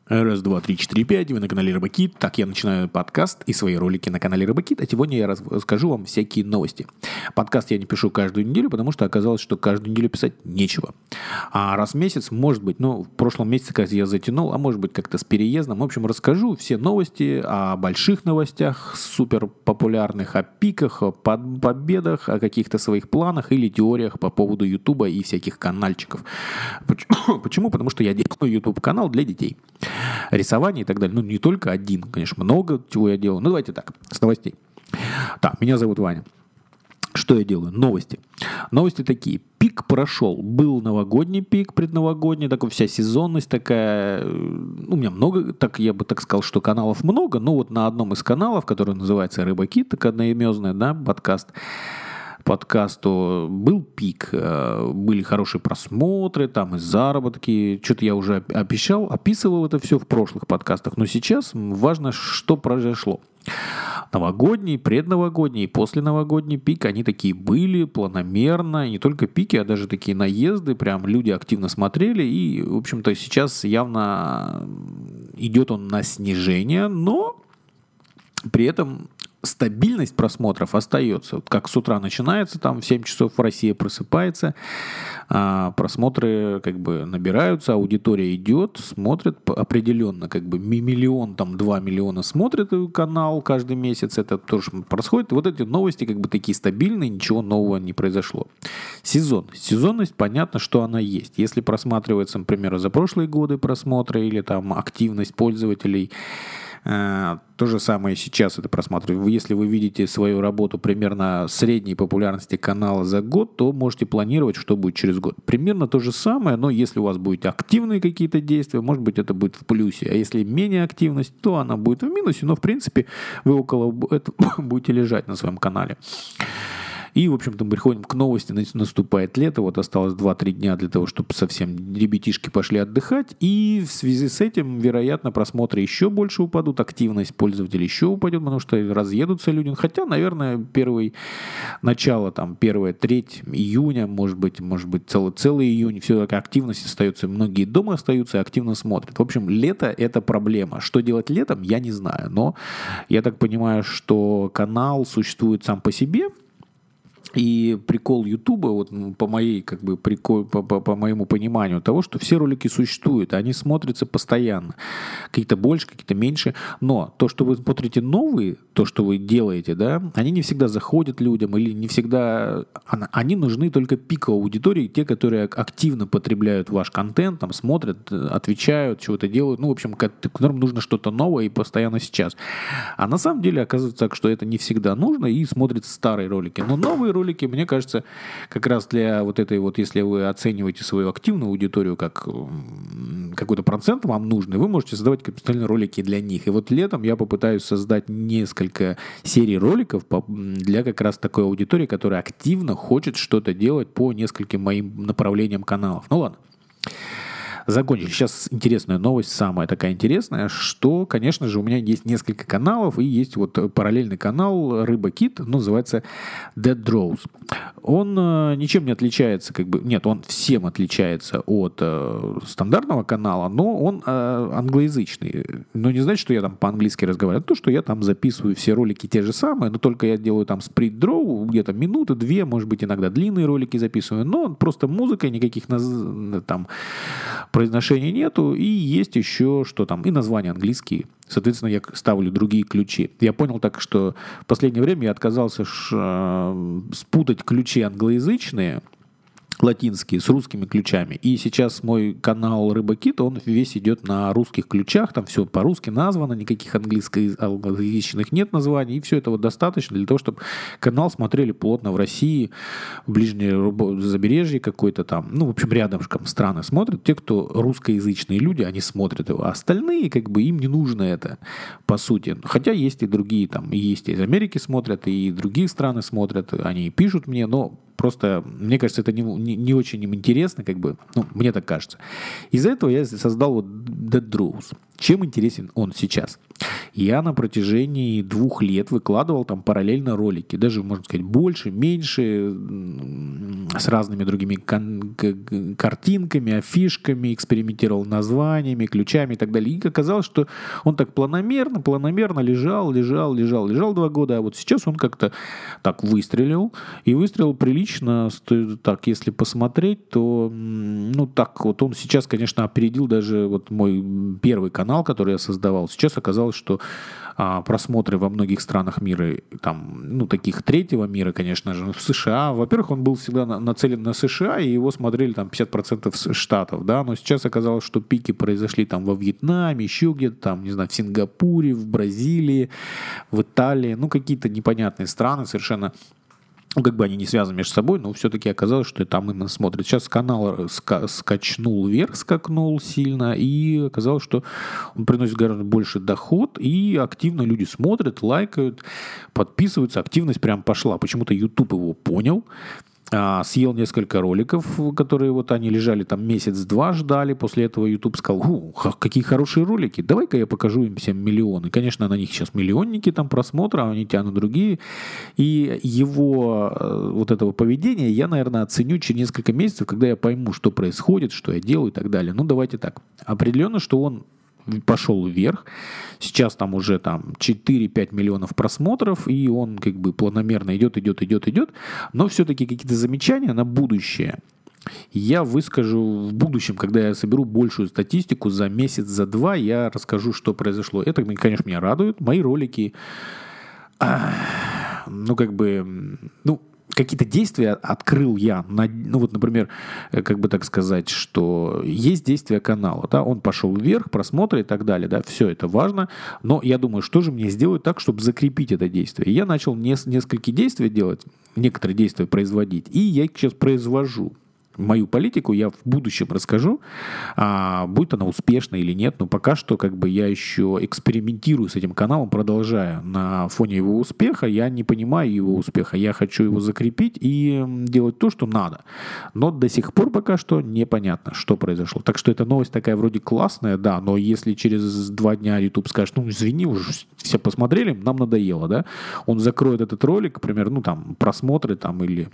Раз, два, три, четыре, пять. Вы на канале Рыбакит. Так, я начинаю подкаст и свои ролики на канале Рыбакит. А сегодня я расскажу вам всякие новости. Подкаст я не пишу каждую неделю, потому что оказалось, что каждую неделю писать нечего. А раз в месяц, может быть, в прошлом месяце, как я затянул, а может быть, как-то с переездом. В общем, расскажу все новости о больших новостях, супер популярных, о пиках, о победах, о каких-то своих планах или теориях по поводу Ютуба и всяких канальчиков. Почему? Потому что я делаю YouTube-канал для детей. Рисование и так далее. Не только один, конечно, много чего я делаю. Давайте так, с новостей. Так, меня зовут Ваня. Что я делаю? Новости. Новости такие. Пик прошел. Был новогодний пик, предновогодний, такой вся сезонность такая. У меня много, так я бы так сказал, что каналов много, но вот на одном из каналов, который называется Рыбакит, так одноименный, подкасту был пик, были хорошие просмотры, там и заработки. Что-то я уже описывал это все в прошлых подкастах, но сейчас важно, что произошло. Новогодний, предновогодний и посленовогодний пик, они такие были планомерно, и не только пики, а даже такие наезды, прям люди активно смотрели, и, в общем-то, сейчас явно идет он на снижение, но при этом стабильность просмотров остается. Вот как с утра начинается, там в 7 часов Россия просыпается, просмотры как бы набираются, аудитория идет, смотрит определенно, как бы миллион, 2 миллиона смотрит канал каждый месяц, это тоже происходит. И вот эти новости как бы такие стабильные, ничего нового не произошло. Сезонность, понятно, что она есть. Если просматривается, например, за прошлые годы просмотры или там активность пользователей, то же самое сейчас это просматриваю. Если вы видите свою работу примерно средней популярности канала за год, то можете планировать, что будет через год. Примерно то же самое, но если у вас будут активные какие-то действия, может быть, это будет в плюсе. А если менее активность, то она будет в минусе, но в принципе вы около этого будете лежать на своем канале. И, в общем-то, мы приходим к новости, наступает лето, вот осталось 2-3 дня для того, чтобы совсем ребятишки пошли отдыхать, и в связи с этим, вероятно, просмотры еще больше упадут, активность пользователей еще упадет, потому что разъедутся люди, хотя, наверное, первая треть июня, может быть, целый июнь, все-таки активность остается, многие дома остаются и активно смотрят. В общем, лето — это проблема. Что делать летом, я не знаю, но я так понимаю, что канал существует сам по себе. И прикол Ютуба, вот по моему пониманию того, что все ролики существуют, они смотрятся постоянно. Какие-то больше, какие-то меньше. Но то, что вы смотрите новые, то, что вы делаете, да, они не всегда заходят людям, или не всегда... Они нужны только пиковой аудитории, те, которые активно потребляют ваш контент, там смотрят, отвечают, чего-то делают, в общем, которым нужно что-то новое и постоянно сейчас. А на самом деле оказывается так, что это не всегда нужно, и смотрят старые ролики. Но новые ролики, мне кажется, как раз для вот этой вот, если вы оцениваете свою активную аудиторию как какой-то процент вам нужный, вы можете создавать капитальные ролики для них. И вот летом я попытаюсь создать несколько серий роликов для как раз такой аудитории, которая активно хочет что-то делать по нескольким моим направлениям каналов. Ладно. Закончили. Сейчас интересная новость, самая такая интересная, что, конечно же, у меня есть несколько каналов, и есть вот параллельный канал Рыбакит, называется Dead Draws. Он ничем не отличается, он всем отличается от стандартного канала, но он англоязычный. Но не значит, что я там по-английски разговариваю, а то, что я там записываю все ролики те же самые, но только я делаю там сприт дроу, где-то минуты, 2, может быть, иногда длинные ролики записываю, но просто музыка, никаких там произношений нету, и есть еще что там, и названия английские. Соответственно, я ставлю другие ключи. Я понял так, что в последнее время я отказался спутать ключи англоязычные, латинские, с русскими ключами. И сейчас мой канал Рыбакит, он весь идет на русских ключах, там все по-русски названо, никаких англоязычных нет названий, и все это вот достаточно для того, чтобы канал смотрели плотно в России, в ближнее забережье какой-то там, в общем, рядышком страны смотрят. Те, кто русскоязычные люди, они смотрят его, а остальные, им не нужно это, по сути. Хотя есть и другие, есть из Америки смотрят, и другие страны смотрят, они пишут мне, но просто, мне кажется, это не очень им интересно, мне так кажется. Из-за этого я создал вот Dead Draws. Чем интересен он сейчас? я на протяжении 2 лет выкладывал там параллельно ролики, даже, можно сказать, больше, меньше, с разными другими картинками, афишками, экспериментировал названиями, ключами и так далее. И оказалось, что он так планомерно лежал 2 года, а вот сейчас он как-то так выстрелил, и выстрелил прилично. Так, если посмотреть, то, ну, так вот он сейчас, конечно, опередил даже вот мой первый канал, который я создавал. Сейчас оказалось, что просмотры во многих странах мира, там, ну, таких третьего мира, конечно же, в США. Во-первых, он был всегда нацелен на США, и его смотрели там 50% штатов, да, но сейчас оказалось, что пики произошли там во Вьетнаме, еще где-то там, не знаю, в Сингапуре, в Бразилии, в Италии, ну, какие-то непонятные страны совершенно. Ну, как бы они не связаны между собой, но все-таки оказалось, что там именно смотрят. Сейчас канал скачнул вверх, скакнул сильно, и оказалось, что он приносит гораздо больше доход, и активно люди смотрят, лайкают, подписываются, активность прям пошла. Почему-то YouTube его понял, съел несколько роликов, которые вот они лежали там месяц-два, ждали. После этого YouTube сказал: какие хорошие ролики, давай-ка я покажу им всем миллионы. Конечно, на них сейчас миллионники там просмотра, они тянут другие. И его вот этого поведения я, наверное, оценю через несколько месяцев, когда я пойму, что происходит, что я делаю и так далее. Ну, давайте так. Определенно, что он пошел вверх. Сейчас там уже там 4-5 миллионов просмотров, и он как бы планомерно идет. Но все-таки какие-то замечания на будущее я выскажу в будущем, когда я соберу большую статистику за месяц, за 2, я расскажу, что произошло. Это, конечно, меня радует. Мои ролики, ну, как бы, ну, какие-то действия открыл я. Ну вот, например, как бы так сказать, что есть действия канала, да, он пошел вверх, просмотры и так далее, да, все это важно, но я думаю, что же мне сделать так, чтобы закрепить это действие. И я начал несколько действий делать, некоторые действия производить, и я их сейчас произвожу. Мою политику я в будущем расскажу, будет она успешна или нет, но пока что как бы я еще экспериментирую с этим каналом, продолжаю. На фоне его успеха я не понимаю его успеха, я хочу его закрепить и делать то, что надо. Но до сих пор пока что непонятно, что произошло. Так что эта новость такая вроде классная, да, но если через 2 дня YouTube скажет: ну извини, уже все посмотрели, нам надоело, да, он закроет этот ролик, например, ну там просмотры там или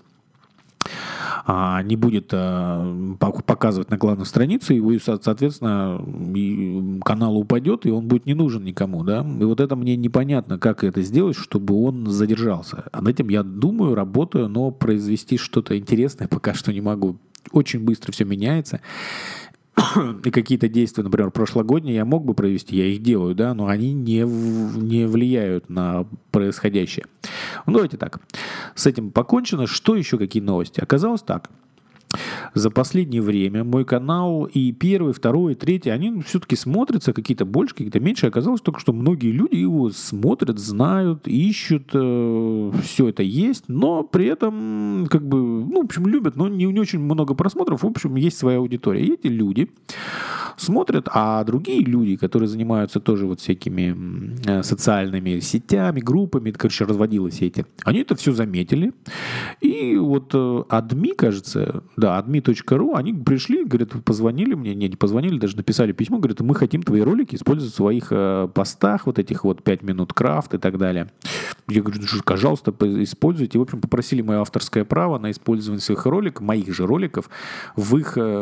не будет показывать на главной странице, и, соответственно, канал упадет, и он будет не нужен никому, да. И вот это мне непонятно, как это сделать, чтобы он задержался. Над этим я думаю, работаю, но произвести что-то интересное пока что не могу. Очень быстро все меняется. И какие-то действия, например, прошлогодние я мог бы провести, я их делаю, да, но они не влияют на происходящее. Ну, давайте так. С этим покончено. Что еще, какие новости? Оказалось так. За последнее время мой канал и первый, второй, и третий, они все-таки смотрятся, какие-то больше, какие-то меньше. Оказалось только, что многие люди его смотрят, знают, ищут, все это есть, но при этом, как бы, ну, в общем, любят, но не очень много просмотров, в общем, есть своя аудитория. И эти люди смотрят, а другие люди, которые занимаются тоже вот всякими социальными сетями, группами, короче, разводилось эти, они это все заметили, и вот адми, кажется, да, admi.ru, они пришли, говорят, позвонили мне, не позвонили, даже написали письмо, говорят: мы хотим твои ролики использовать в своих постах, вот этих вот 5 минут крафт и так далее. Я говорю: ну, пожалуйста, используйте. В общем, попросили мое авторское право на использование своих роликов, моих же роликов в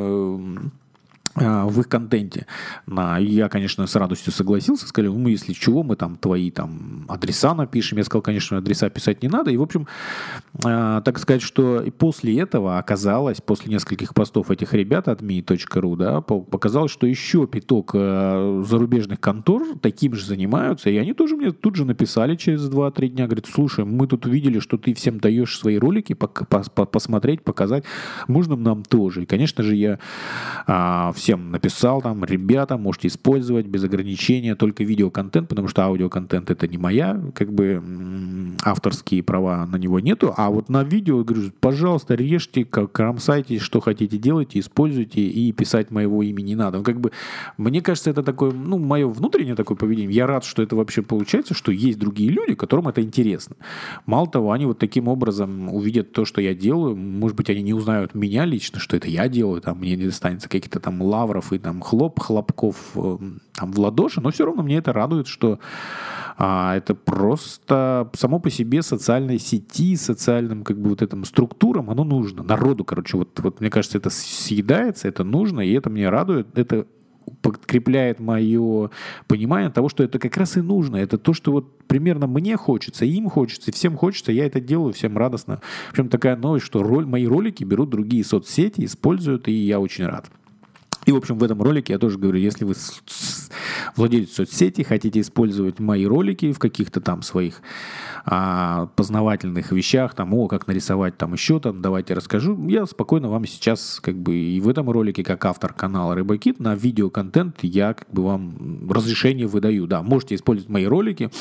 их контенте. Я, конечно, с радостью согласился, сказали: ну, если чего, мы там твои там адреса напишем. Я сказал, конечно, адреса писать не надо. И, в общем, так сказать, что и после этого оказалось, после нескольких постов этих ребят от me.ru, да, показалось, что еще пяток зарубежных контор таким же занимаются, и они тоже мне тут же написали через 2-3 дня, говорят: слушай, мы тут увидели, что ты всем даешь свои ролики посмотреть, показать, можно нам тоже? И, конечно же, я всем написал там: ребята, можете использовать без ограничения только видеоконтент, потому что аудиоконтент это не моя, как бы авторские права на него нету, а вот на видео, говорю, пожалуйста, режьте, кромсайте, что хотите делайте, используйте, и писать моего имени не надо. Ну, как бы, мне кажется, это такое, ну, мое внутреннее такое поведение. Я рад, что это вообще получается, что есть другие люди, которым это интересно. Мало того, они вот таким образом увидят то, что я делаю, может быть, они не узнают меня лично, что это я делаю, там, мне не достанется каких-то там лавров и там хлопков там в ладоши, но все равно мне это радует, что это просто само по себе социальной сети, социальным как бы вот этим структурам оно нужно. Народу, короче, вот мне кажется, это съедается, это нужно, и это меня радует, это подкрепляет мое понимание того, что это как раз и нужно. Это то, что вот примерно мне хочется, им хочется, и всем хочется. Я это делаю, всем радостно. Причем такая новость, что мои ролики берут другие соцсети, используют, и я очень рад. И, в общем, в этом ролике я тоже говорю, если вы владелец соцсети, хотите использовать мои ролики в каких-то там своих познавательных вещах, там, как нарисовать там еще, там, давайте расскажу, я спокойно вам сейчас, как бы, и в этом ролике, как автор канала Рыбакит, на видеоконтент я, как бы, вам разрешение выдаю. Да, можете использовать мои ролики,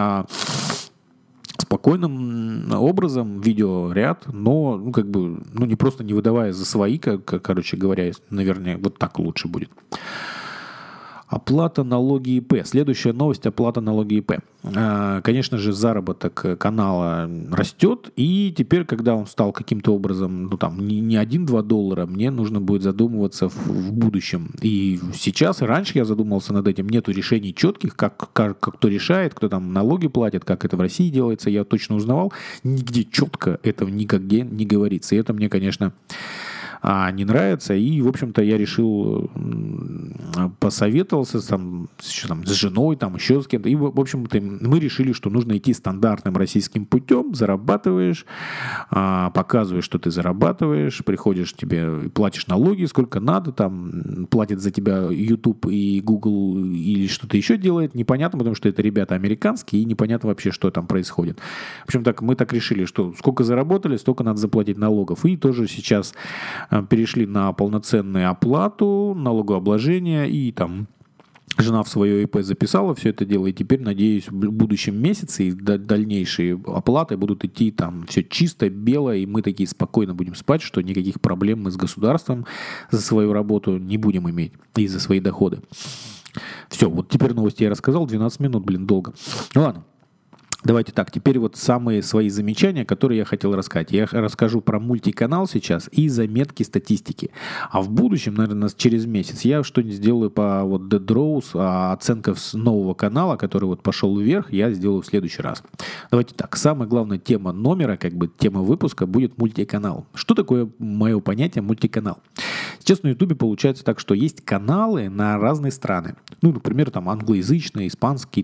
спокойным образом, видеоряд, но, не просто не выдавая за свои, короче говоря, наверное, вот так лучше будет. Оплата налоги ИП. Следующая новость – оплата налоги ИП. Конечно же, заработок канала растет, и теперь, когда он стал каким-то образом, не $1-2, мне нужно будет задумываться в будущем. И сейчас, и раньше я задумывался над этим, нету решений четких, как кто решает, кто там налоги платит, как это в России делается, я точно узнавал. Нигде четко этого никогда не говорится. И это мне, конечно, не нравится, и, в общем-то, я решил, посоветовался с женой, еще с кем-то, и, в общем-то, мы решили, что нужно идти стандартным российским путем, зарабатываешь, показываешь, что ты зарабатываешь, приходишь, тебе платишь налоги, сколько надо, там, платит за тебя YouTube и Google или что-то еще делает, непонятно, потому что это ребята американские, и непонятно вообще, что там происходит. В общем, мы так решили, что сколько заработали, столько надо заплатить налогов, и тоже сейчас перешли на полноценную оплату, налогообложение, и там жена в свое ИП записала все это дело, и теперь, надеюсь, в будущем месяце и дальнейшие оплаты будут идти там все чисто, бело, и мы такие спокойно будем спать, что никаких проблем мы с государством за свою работу не будем иметь и за свои доходы. Все, вот теперь новости я рассказал, 12 минут, долго. Ну ладно. Давайте так, теперь вот самые свои замечания, которые я хотел рассказать. Я расскажу про мультиканал сейчас и заметки статистики. А в будущем, наверное, через месяц я что-нибудь сделаю по Dead Rose, оценка нового канала, который вот пошел вверх, я сделаю в следующий раз. Давайте так, самая главная тема номера, тема выпуска будет мультиканал. Что такое мое понятие мультиканал? Сейчас на Ютубе получается так, что есть каналы на разные страны. Например, там англоязычные, испанские,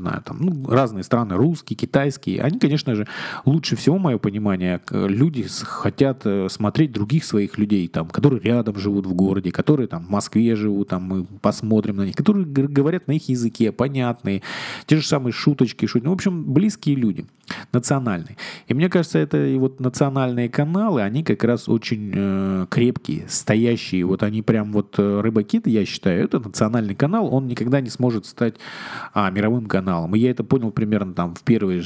разные страны, русские, китайские. Они, конечно же, лучше всего, мое понимание, люди хотят смотреть других своих людей, которые рядом живут в городе, которые в Москве живут, мы посмотрим на них, которые говорят на их языке, понятные, те же самые шуточки. В общем, близкие люди, национальные. И мне кажется, это и вот национальные каналы, они как раз очень крепкие, стоящие. Вот они прям Рыбакит, я считаю, это национальный канал, он никогда не сможет стать мировым каналом. И я это понял примерно в первые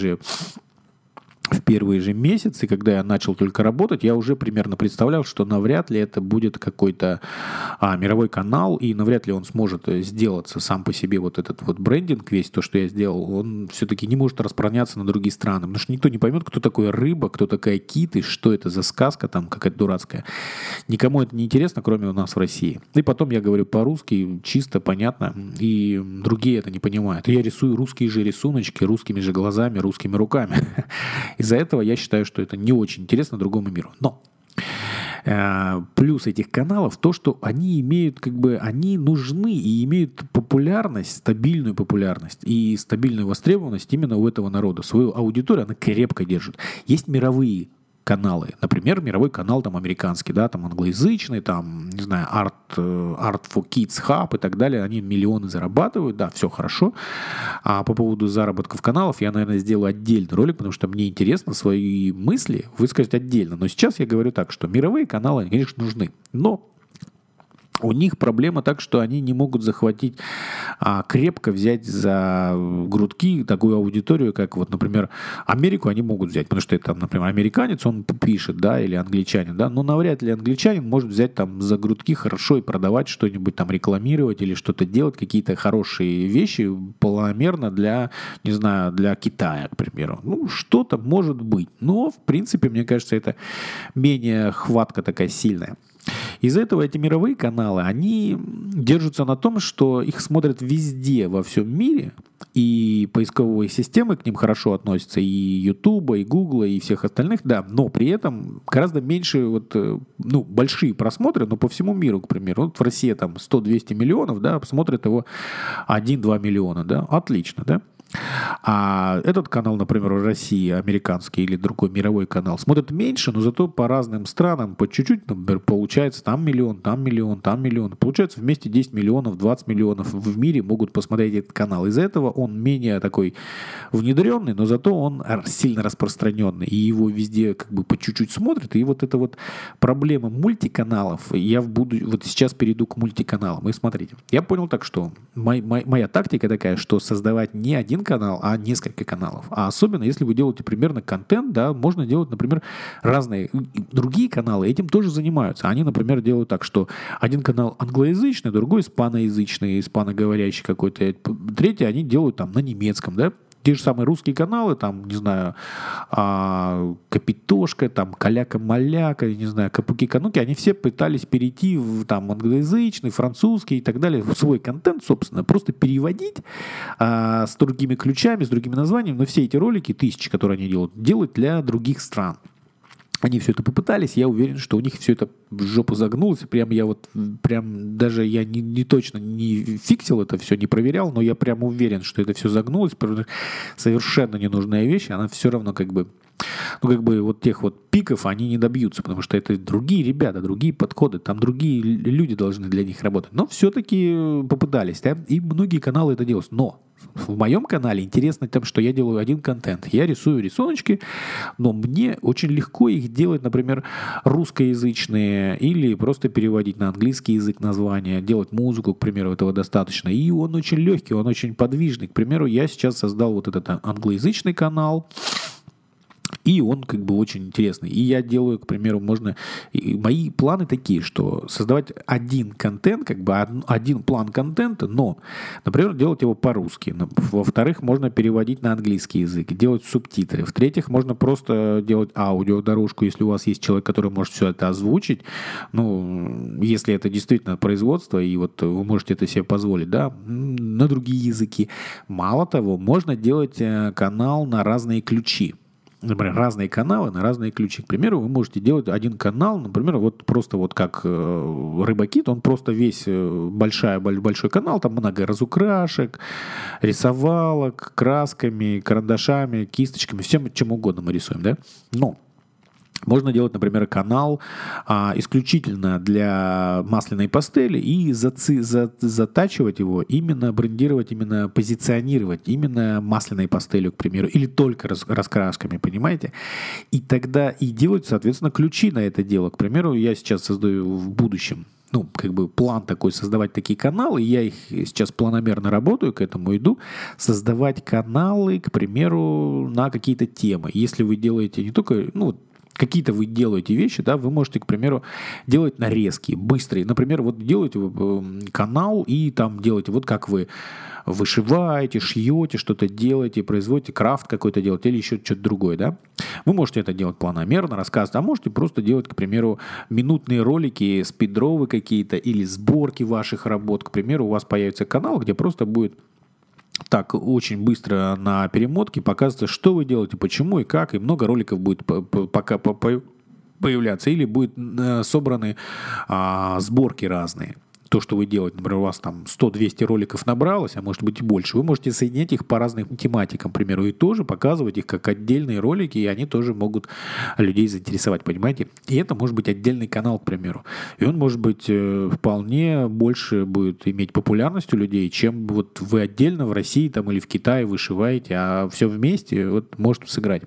же месяцы, когда я начал только работать, я уже примерно представлял, что навряд ли это будет какой-то мировой канал, и навряд ли он сможет сделаться сам по себе этот брендинг, весь то, что я сделал, он все-таки не может распространяться на другие страны, потому что никто не поймет, кто такой рыба, кто такая кит, и что это за сказка какая-то дурацкая. Никому это не интересно, кроме у нас в России. И потом я говорю по-русски, чисто, понятно, и другие это не понимают. И я рисую русские же рисуночки, русскими же глазами, русскими руками. Из-за этого я считаю, что это не очень интересно другому миру. Но плюс этих каналов то, что они имеют, они нужны и имеют популярность, стабильную популярность и стабильную востребованность именно у этого народа. Свою аудиторию она крепко держит. Есть мировые каналы. Например, мировой канал американский, англоязычный, Art for Kids Hub и так далее. Они миллионы зарабатывают, все хорошо. А по поводу заработков каналов я, наверное, сделаю отдельный ролик, потому что мне интересно свои мысли высказать отдельно. Но сейчас я говорю так, что мировые каналы, они, конечно, нужны. Но у них проблема так, что они не могут захватить, крепко взять за грудки такую аудиторию, как например, Америку они могут взять, потому что это, например, американец, он пишет, или англичанин, но навряд ли англичанин может взять за грудки хорошо и продавать что-нибудь, рекламировать или что-то делать, какие-то хорошие вещи полномерно для Китая, к примеру. Что-то может быть, но, в принципе, мне кажется, это менее хватка такая сильная. Из-за этого эти мировые каналы, они держатся на том, что их смотрят везде, во всем мире, и поисковые системы к ним хорошо относятся, и Ютуба, и Гугла, и всех остальных, да, но при этом гораздо меньше, большие просмотры, но по всему миру, к примеру. Вот в России там 100-200 миллионов, да, смотрят его 1-2 миллиона, да, отлично, да. А этот канал, например, в России, американский или другой мировой канал, смотрят меньше, но зато по разным странам, по чуть-чуть, например, получается там миллион, там миллион, там миллион. Получается вместе 10 миллионов, 20 миллионов в мире могут посмотреть этот канал. Из-за этого он менее такой внедренный, но зато он сильно распространенный. И его везде как бы по чуть-чуть смотрят. И вот эта вот проблема мультиканалов, вот сейчас перейду к мультиканалам. И смотрите, я понял так, что моя тактика такая, что создавать не один канал, а несколько каналов. А особенно, если вы делаете примерно контент, да, можно делать, например, разные другие каналы этим тоже занимаются. Они, например, делают так, что один канал англоязычный, другой испаноязычный, испаноговорящий какой-то, третий они делают там на немецком, да. Те же самые русские каналы, там, не знаю, Капитошка, там, Каляка-Маляка, не знаю, Капуки-Кануки, они все пытались перейти в там англоязычный, французский и так далее, в свой контент, собственно, просто переводить с другими ключами, с другими названиями, но все эти ролики, тысячи, которые они делают для других стран. Они все это попытались, я уверен, что у них все это в жопу загнулось. Даже я не точно не фиксил это все, не проверял, но я прям уверен, что это все загнулось. Совершенно ненужная вещь, она все равно вот тех вот пиков они не добьются, потому что это другие ребята, другие подходы, там другие люди должны для них работать. Но все-таки попытались, да, и многие каналы это делают. Но в моем канале интересно тем, что я делаю один контент. Я рисую рисуночки, но мне очень легко их делать, например, русскоязычные или просто переводить на английский язык названия, делать музыку, к примеру, этого достаточно. И он очень легкий, он очень подвижный. К примеру, я сейчас создал вот этот англоязычный канал, и он как бы очень интересный. И я делаю, к примеру, мои планы такие, что создавать один контент, как бы один план контента, но, например, делать его по-русски. Во-вторых, можно переводить на английский язык, делать субтитры. В-третьих, можно просто делать аудиодорожку, если у вас есть человек, который может все это озвучить. Ну, если это действительно производство, и вот вы можете это себе позволить, да, на другие языки. Мало того, можно делать канал на разные ключи. Например, разные каналы на разные ключи. К примеру, вы можете делать один канал, например, вот просто вот как Рыбакит, он просто весь большой канал, там много разукрашек, рисовалок, красками, карандашами, кисточками, всем чем угодно мы рисуем, да? Но можно делать, например, канал исключительно для масляной пастели и затачивать его, именно брендировать, именно позиционировать именно масляной пастелью, к примеру, или только раскрасками, понимаете? И тогда и делать, соответственно, ключи на это дело. К примеру, я сейчас создаю в будущем план такой, создавать такие каналы, я их сейчас планомерно работаю, к этому иду, создавать каналы, к примеру, на какие-то темы. Если вы делаете не только, какие-то вы делаете вещи, да, вы можете, к примеру, делать нарезки быстрые. Например, вот делаете канал и там делаете, вот как вы вышиваете, шьете, что-то делаете, производите, крафт какой-то делаете или еще что-то другое, да. Вы можете это делать планомерно, рассказывать, а можете просто делать, к примеру, минутные ролики, спидровы какие-то или сборки ваших работ. К примеру, у вас появится канал, где просто будет так очень быстро на перемотке показывается, что вы делаете, почему и как, и много роликов будет пока появляться, или будет собраны сборки разные. То, что вы делаете, например, у вас там 100-200 роликов набралось, а может быть и больше, вы можете соединять их по разным тематикам, к примеру, и тоже показывать их как отдельные ролики, и они тоже могут людей заинтересовать, понимаете? И это может быть отдельный канал, к примеру. И он, может быть, вполне больше будет иметь популярность у людей, чем вот вы отдельно в России там, или в Китае вышиваете, а все вместе вот может сыграть.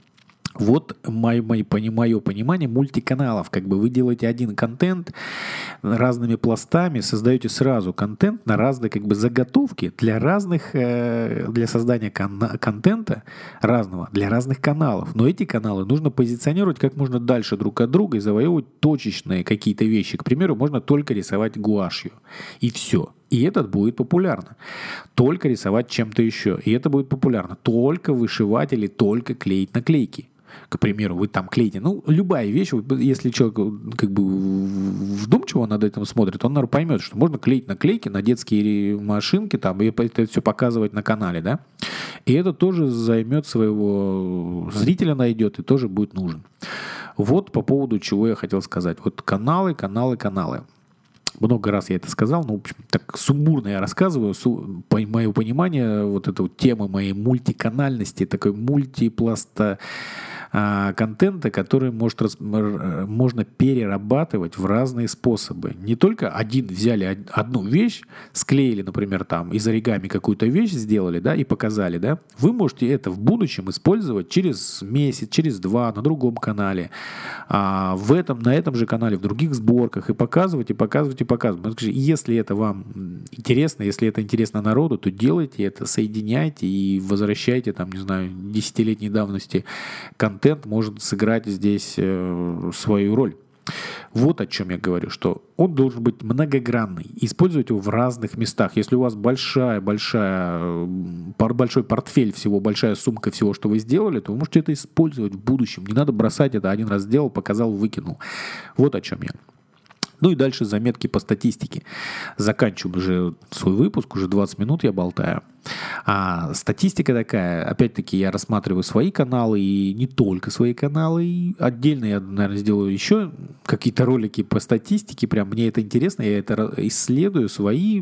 Вот мое понимание мультиканалов. Как бы вы делаете один контент разными пластами, создаете сразу контент на разные как бы заготовки для разных, для создания контента разного, для разных каналов. Но эти каналы нужно позиционировать как можно дальше друг от друга и завоевывать точечные какие-то вещи. К примеру, можно только рисовать гуашью. И все. И этот будет популярно. Только рисовать чем-то еще. И это будет популярно. Только вышивать или только клеить наклейки. К примеру, вы там клеите. Ну, любая вещь, если человек как бы вдумчиво над этим смотрит, он, наверное, поймет, что можно клеить наклейки на детские машинки там, и это все показывать на канале, да? И это тоже займет своего зрителя, найдет и тоже будет нужен. Вот по поводу чего я хотел сказать. Вот каналы. Много раз я это сказал, но, в общем, так сумбурно я рассказываю. Мое понимание, вот эта вот тема моей мультиканальности, такой мультипласта контента, который можно перерабатывать в разные способы. Не только взяли одну вещь, склеили, например, там из оригами какую-то вещь сделали, да, и показали, да. Вы можете это в будущем использовать через месяц, через 2 на другом канале, на этом же канале, в других сборках и показывать. Если это вам интересно, если это интересно народу, то делайте это, соединяйте и возвращайте, там, не знаю, 10-летней давности контент может сыграть здесь свою роль. Вот о чем я говорю, что он должен быть многогранный. Использовать его в разных местах. Если у вас большой портфель всего, большая сумка всего, что вы сделали, то вы можете это использовать в будущем. Не надо бросать это, один раз сделал, показал, выкинул. Вот о чем я. Ну и дальше заметки по статистике. Заканчиваем уже свой выпуск, уже 20 минут я болтаю. Статистика такая, опять-таки я рассматриваю свои каналы и не только свои каналы. И отдельно я, наверное, сделаю еще какие-то ролики по статистике, прям мне это интересно, я это исследую, свои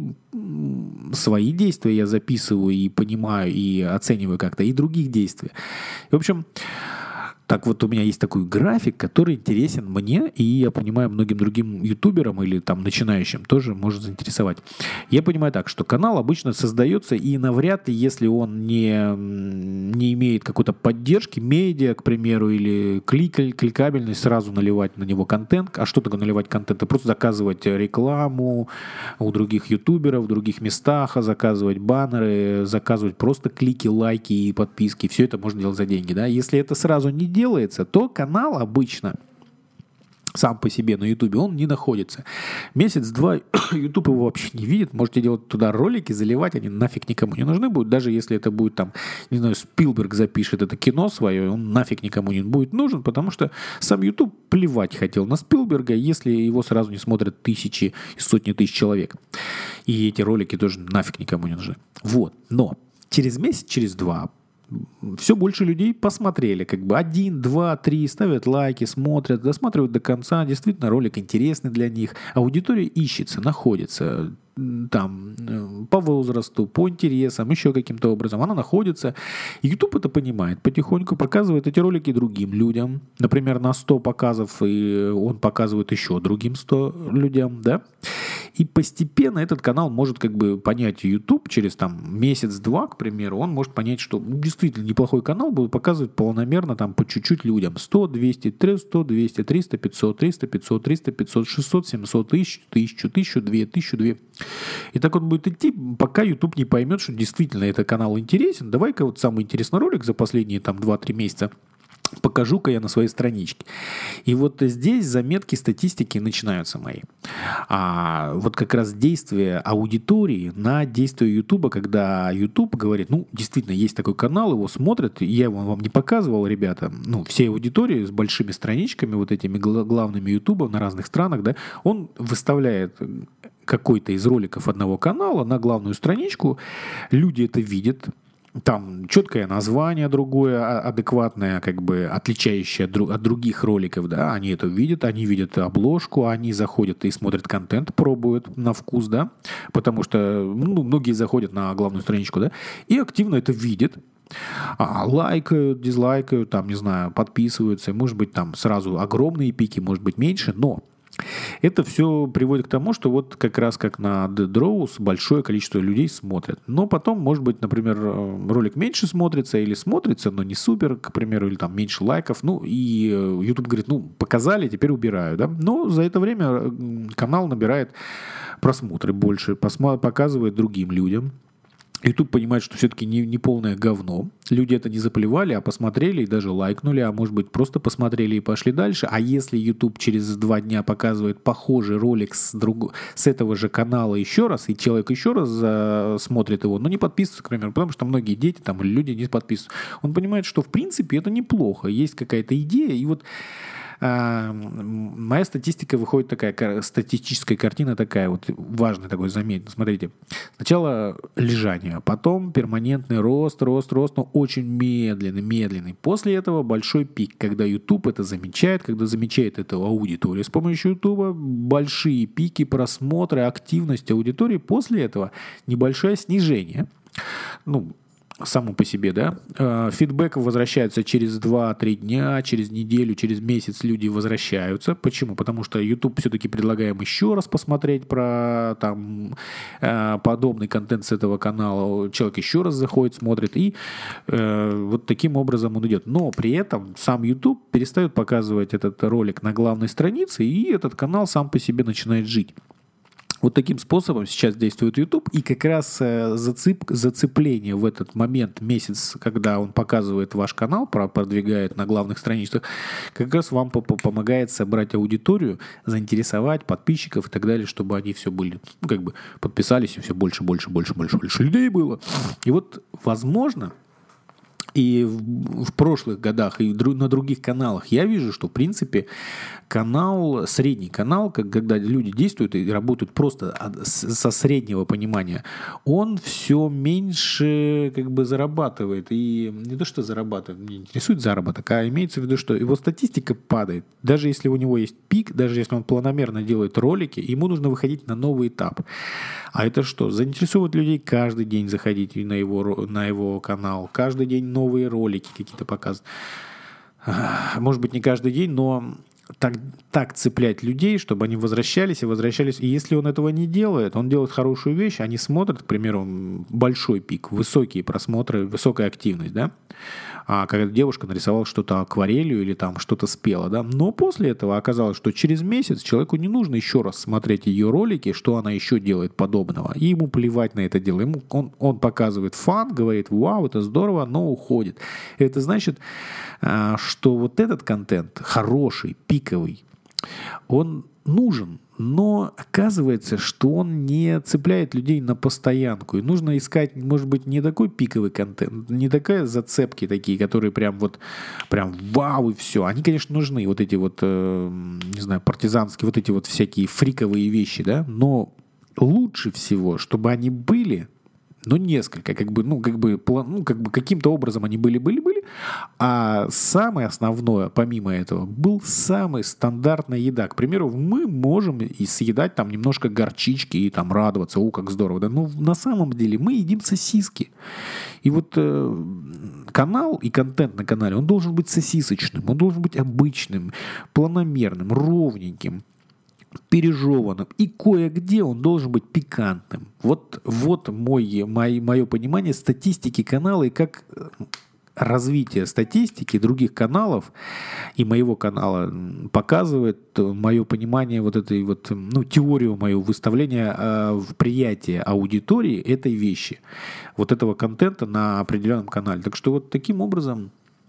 действия я записываю и понимаю, и оцениваю как-то, и других действий. В общем, так вот у меня есть такой график, который интересен мне, и я понимаю, многим другим ютуберам или там начинающим тоже может заинтересовать. Я понимаю так, что канал обычно создается, и навряд ли, если он не имеет какой-то поддержки, медиа, к примеру, или кликабельность, сразу наливать на него контент. А что такое наливать контент? Это просто заказывать рекламу у других ютуберов в других местах, заказывать баннеры, заказывать просто клики, лайки и подписки. Все это можно делать за деньги. Да? Если это сразу не делается, то канал обычно сам по себе на Ютубе, он не находится. Месяц-два Ютуб его вообще не видит. Можете делать туда ролики, заливать, они нафиг никому не нужны будут. Даже если это будет там, не знаю, Спилберг запишет это кино свое, он нафиг никому не будет нужен, потому что сам Ютуб плевать хотел на Спилберга, если его сразу не смотрят тысячи и сотни тысяч человек. И эти ролики тоже нафиг никому не нужны. Вот. Но через месяц, через 2 все больше людей посмотрели, 1, 2, 3, ставят лайки, смотрят, досматривают до конца, действительно ролик интересный для них, аудитория ищется, находится там по возрасту, по интересам, еще каким-то образом, она находится. И YouTube это понимает, потихоньку показывает эти ролики другим людям, например, на 100 показов, и он показывает еще другим 100 людям, да. И постепенно этот канал может понять YouTube через месяц-два, к примеру, он может понять, что действительно неплохой канал будет показывать полномерно по чуть-чуть людям. 100, 200, 300, 100, 200, 300, 500, 300, 500, 300, 500, 600, 700, 1000, 1000, 1002, 1002. И так он будет идти, пока YouTube не поймет, что действительно этот канал интересен. Давай-ка самый интересный ролик за последние 2-3 месяца покажу-ка я на своей страничке. И вот здесь заметки статистики начинаются мои. Вот как раз действие аудитории на действие Ютуба, когда Ютуб говорит, действительно, есть такой канал, его смотрят, я его вам не показывал, ребята, всей аудитории с большими страничками, вот этими главными Ютуба на разных странах, да, он выставляет какой-то из роликов одного канала на главную страничку, люди это видят, там четкое название другое, адекватное, отличающее от других роликов, да, они это видят, они видят обложку, они заходят и смотрят контент, пробуют на вкус, да, потому что, многие заходят на главную страничку, да, и активно это видят, лайкают, дизлайкают, не знаю, подписываются, может быть, сразу огромные пики, может быть, меньше, но это все приводит к тому, что вот как раз как на Dead Rose большое количество людей смотрят. Но потом, может быть, например, ролик меньше смотрится или смотрится, но не супер, к примеру, или меньше лайков. И YouTube говорит, показали, теперь убираю. Да? Но за это время канал набирает просмотры больше, показывает другим людям. YouTube понимает, что все-таки не полное говно. Люди это не заплевали, а посмотрели и даже лайкнули, а может быть просто посмотрели и пошли дальше. А если YouTube через 2 дня показывает похожий ролик с этого же канала еще раз, и человек еще раз смотрит его, но не подписывается, к примеру, потому что многие дети там или люди не подписываются, он понимает, что в принципе это неплохо. Есть какая-то идея, и вот моя статистика выходит такая, статистическая картина такая, вот важная такой, заметно. Смотрите, сначала лежание, потом перманентный рост, но очень медленный. После этого большой пик, когда YouTube это замечает, когда замечает эту аудиторию с помощью YouTube, большие пики, просмотры, активность аудитории. После этого небольшое снижение. Само по себе, да, фидбэк возвращается через 2-3 дня, через неделю, через месяц люди возвращаются. Почему? Потому что YouTube все-таки предлагаем еще раз посмотреть про там подобный контент с этого канала. Человек еще раз заходит, смотрит, и вот таким образом он идет. Но при этом сам YouTube перестает показывать этот ролик на главной странице, и этот канал сам по себе начинает жить. Вот таким способом сейчас действует YouTube, и как раз зацепление в этот момент, месяц, когда он показывает ваш канал, продвигает на главных страницах, как раз вам помогает собрать аудиторию, заинтересовать подписчиков и так далее, чтобы они все были, подписались, и все больше людей было. И вот, возможно, и в прошлых годах, и на других каналах я вижу, что, в принципе, средний канал, когда люди действуют и работают просто со среднего понимания, он все меньше зарабатывает. И не то, что зарабатывает, меня интересует заработок, а имеется в виду, что его статистика падает. Даже если у него есть пик, даже если он планомерно делает ролики, ему нужно выходить на новый этап. А это что? Заинтересовывает людей каждый день заходить на его канал, каждый день новые ролики какие-то показывать. Может быть, не каждый день, но так цеплять людей, чтобы они возвращались. И если он этого не делает, он делает хорошую вещь, они смотрят, к примеру, большой пик, высокие просмотры, высокая активность, да? А когда девушка нарисовала что-то акварелью или там что-то спела, да? Но после этого оказалось, что через месяц человеку не нужно еще раз смотреть ее ролики, что она еще делает подобного. И ему плевать на это дело. Он показывает фан, говорит, вау, это здорово, но уходит. Это значит, что вот этот контент хороший, пиковый, он нужен, но оказывается, что он не цепляет людей на постоянку. И нужно искать, может быть, не такой пиковый контент, не такие зацепки такие, которые прям вау и все. Они, конечно, нужны, вот эти вот, не знаю, партизанские, вот эти вот всякие фриковые вещи, да, но лучше всего, чтобы они были, несколько, каким-то образом они были, а самое основное, помимо этого, был самая стандартная еда. К примеру, мы можем и съедать там немножко горчички и там радоваться, как здорово, да, но на самом деле мы едим сосиски. И вот канал и контент на канале, он должен быть сосисочным, он должен быть обычным, планомерным, ровненьким, пережеванным, и кое-где он должен быть пикантным. Вот мое понимание статистики канала и как развитие статистики других каналов и моего канала показывает мое понимание вот этой вот, теорию моего выставления в приятие аудитории этой вещи, вот этого контента на определенном канале. Так что вот таким образом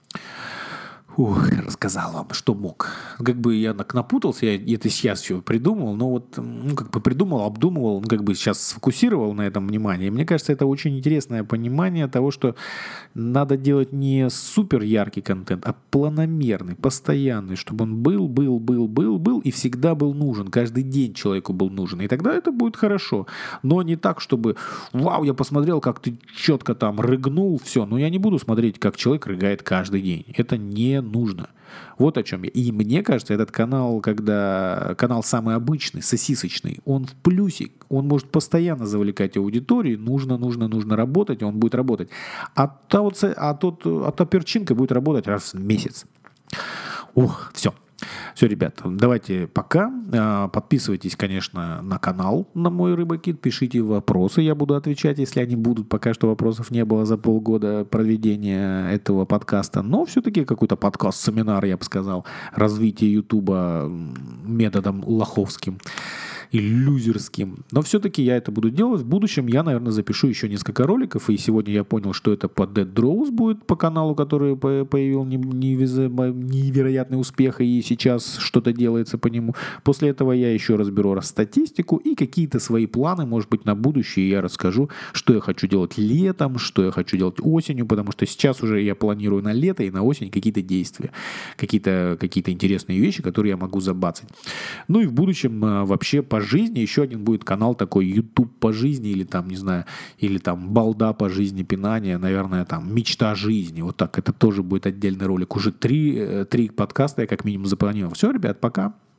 рассказал вам, что мог. Я напутался, я это сейчас все придумал, но придумал, обдумывал, сейчас сфокусировал на этом внимание. И мне кажется, это очень интересное понимание того, что надо делать не супер яркий контент, а планомерный, постоянный, чтобы он был и всегда был нужен. Каждый день человеку был нужен. И тогда это будет хорошо. Но не так, чтобы вау, я посмотрел, как ты четко там рыгнул, все. Но я не буду смотреть, как человек рыгает каждый день. Это не нужно. Вот о чем я. И мне кажется, этот канал, когда канал самый обычный, сосисочный, он в плюсик, он может постоянно завлекать аудиторию, нужно работать, он будет работать. А та перчинка будет работать раз в месяц. Все. Все, ребят, давайте пока. Подписывайтесь, конечно, на канал, на мой Рыбакит. Пишите вопросы, я буду отвечать, если они будут. Пока что вопросов не было за полгода проведения этого подкаста. Но все-таки какой-то подкаст-семинар, я бы сказал, развитие Ютуба методом лоховским. иллюзерским. Но все-таки я это буду делать. В будущем я, наверное, запишу еще несколько роликов. И сегодня я понял, что это по Dead Draws будет по каналу, который появил невероятный успех. И сейчас что-то делается по нему. После этого я еще разберу статистику и какие-то свои планы, может быть, на будущее. Я расскажу, что я хочу делать летом, что я хочу делать осенью. Потому что сейчас уже я планирую на лето и на осень какие-то действия. Какие-то интересные вещи, которые я могу забацать. Ну и в будущем вообще по жизни еще один будет канал такой YouTube по жизни или там, не знаю, или там балда по жизни пинания, наверное, там мечта жизни. Вот так, это тоже будет отдельный ролик. Уже три подкаста я как минимум запланировал. Все, ребят, пока.